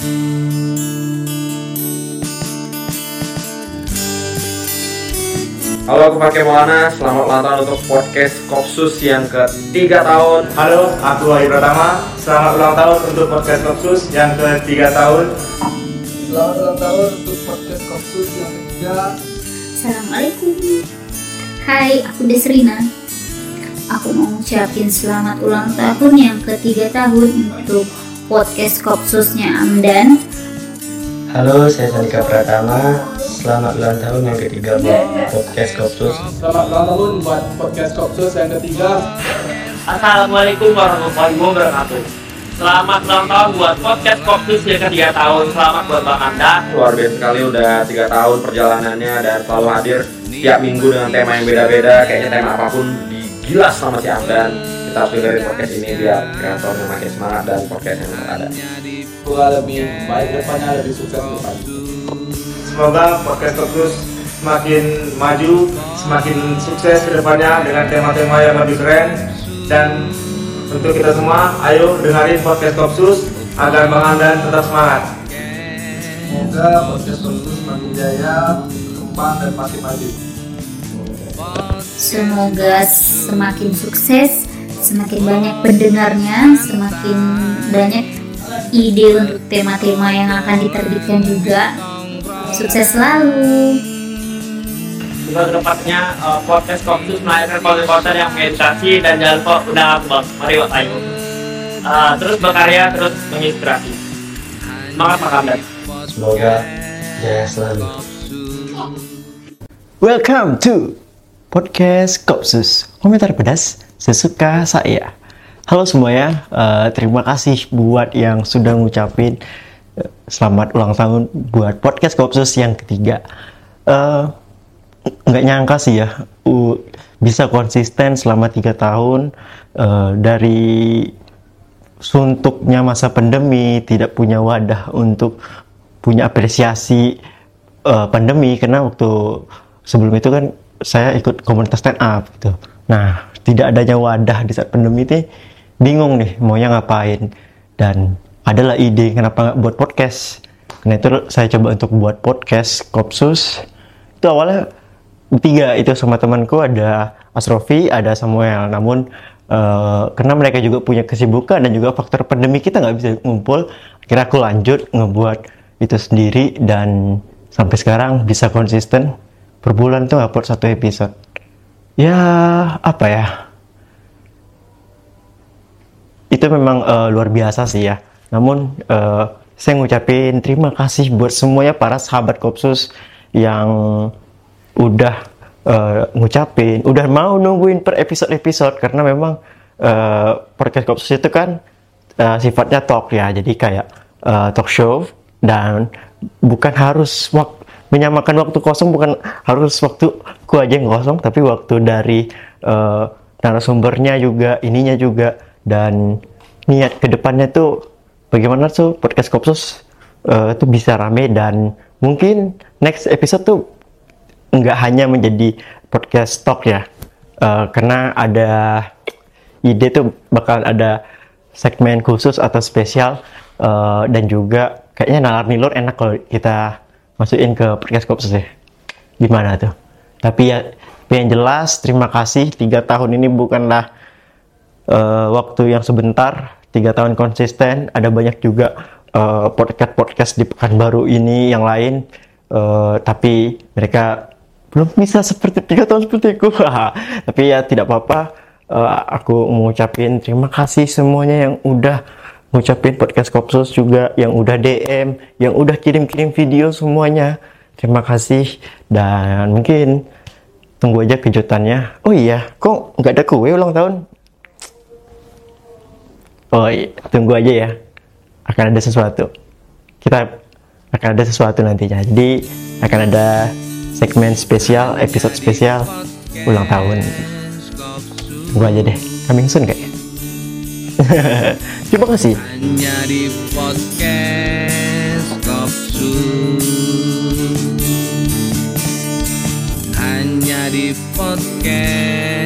Halo, aku Pakai Maulana. Selamat ulang tahun untuk podcast Kopsus yang ke-3 tahun. Halo, aku Wahyu Pratama. Selamat ulang tahun untuk podcast Kopsus yang ke-3 tahun. Selamat ulang tahun untuk podcast Kopsus yang ke-3. Assalamualaikum. Hai, aku Desrina. Aku mau ngucapin selamat ulang tahun yang ke-3 tahun untuk podcast Kopsusnya Amdan. Halo, saya Sandika Pratama. Selamat ulang tahun yang ke-3 buat podcast Kopsus. Selamat ulang tahun buat podcast Kopsus yang ke-3. Assalamualaikum warahmatullahi wabarakatuh. Selamat ulang tahun buat podcast Kopsus yang ke-3 tahun. Selamat buat Bang Anda. Luar biasa sekali, udah 3 tahun perjalanannya dan selalu hadir tiap minggu dengan tema yang beda-beda. Kayaknya tema apapun digilas sama si Amdan. Kita harus dengerin podcast ini biar kreatornya makin semangat dan podcast yang ada. Semoga lebih baik depannya, lebih sukses depannya. Semoga podcast Kopsus semakin maju, semakin sukses ke depannya dengan tema-tema yang lebih keren. Dan untuk kita semua, ayo dengerin podcast Kopsus agar Bang Andan tetap semangat. Semoga podcast Kopsus semakin jaya, berkembang dan makin maju. Semoga semakin sukses, semakin banyak pendengarnya, semakin banyak ide untuk tema-tema yang akan diterbitkan juga. Sukses selalu. Semoga kedepannya podcast Kopsus melahirkan konten-konten yang mengedukasi dan jangan lupa undang Bang Mario Ayu. Terus berkarya, terus menginspirasi. Semangat Bang Anda. Semoga jaya selalu. Welcome to podcast Kopsus, komentar pedas sesuka saya. Halo semuanya, terima kasih buat yang sudah ngucapin selamat ulang tahun buat podcast Kopsus yang ke-3. Nggak nyangka sih ya, bisa konsisten selama 3 tahun, dari suntuknya masa pandemi, tidak punya wadah untuk punya apresiasi pandemi, karena waktu sebelum itu kan saya ikut komunitas stand up gitu. Nah, tidak adanya wadah di saat pandemi ini, bingung nih maunya ngapain, dan adalah ide kenapa nggak buat podcast. Karena itu saya coba untuk buat podcast Kopsus. Itu awalnya 3 itu sama temanku, ada Asrofi, ada Samuel. Namun karena mereka juga punya kesibukan dan juga faktor pandemi kita nggak bisa ngumpul, akhirnya aku lanjut ngebuat itu sendiri dan sampai sekarang bisa konsisten per bulan tuh upload 1 episode. Ya apa ya? Itu memang luar biasa sih ya. Namun saya ngucapin terima kasih buat semuanya para sahabat Kopsus yang udah ngucapin, udah mau nungguin per episode-episode, karena memang podcast Kopsus itu kan sifatnya talk ya, jadi kayak talk show, dan bukan harus menyamakan waktu kosong, bukan harus waktuku aja yang kosong, tapi waktu dari narasumbernya juga, ininya juga, dan niat kedepannya tuh bagaimana tuh podcast Kopsus itu bisa rame, dan mungkin next episode tuh nggak hanya menjadi podcast talk ya, karena ada ide tuh bakal ada segmen khusus atau spesial, dan juga kayaknya nalar nilor enak kalau kita masukin ke podcast Kopsus ya. Gimana tuh? Tapi yang jelas terima kasih, 3 tahun ini bukanlah waktu yang sebentar. 3 tahun konsisten, ada banyak juga podcast di Pekanbaru ini yang lain, tapi mereka belum bisa seperti 3 tahun seperti aku. Tapi ya tidak apa-apa, aku mengucapin terima kasih semuanya yang udah ngucapin podcast Kopsus, juga yang udah DM, yang udah kirim-kirim video, semuanya terima kasih. Dan mungkin tunggu aja kejutannya. Oh iya, kok nggak ada kue ulang tahun? Oh iya, tunggu aja ya, akan ada sesuatu. Kita akan ada sesuatu nantinya. Jadi akan ada segmen spesial, episode spesial ulang tahun. Tunggu aja deh, coming soon kayaknya. Terima kasih. Hanya di podcast Kopsus. Hanya di podcast